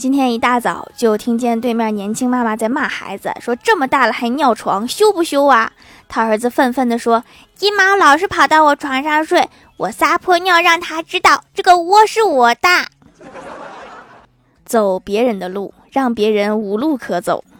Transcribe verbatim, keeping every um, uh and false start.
今天一大早就听见对面年轻妈妈在骂孩子，说这么大了还尿床，羞不羞啊？他儿子愤愤地说，金毛老是跑到我床上睡，我撒泼尿让他知道这个窝是我的。走别人的路，让别人无路可走。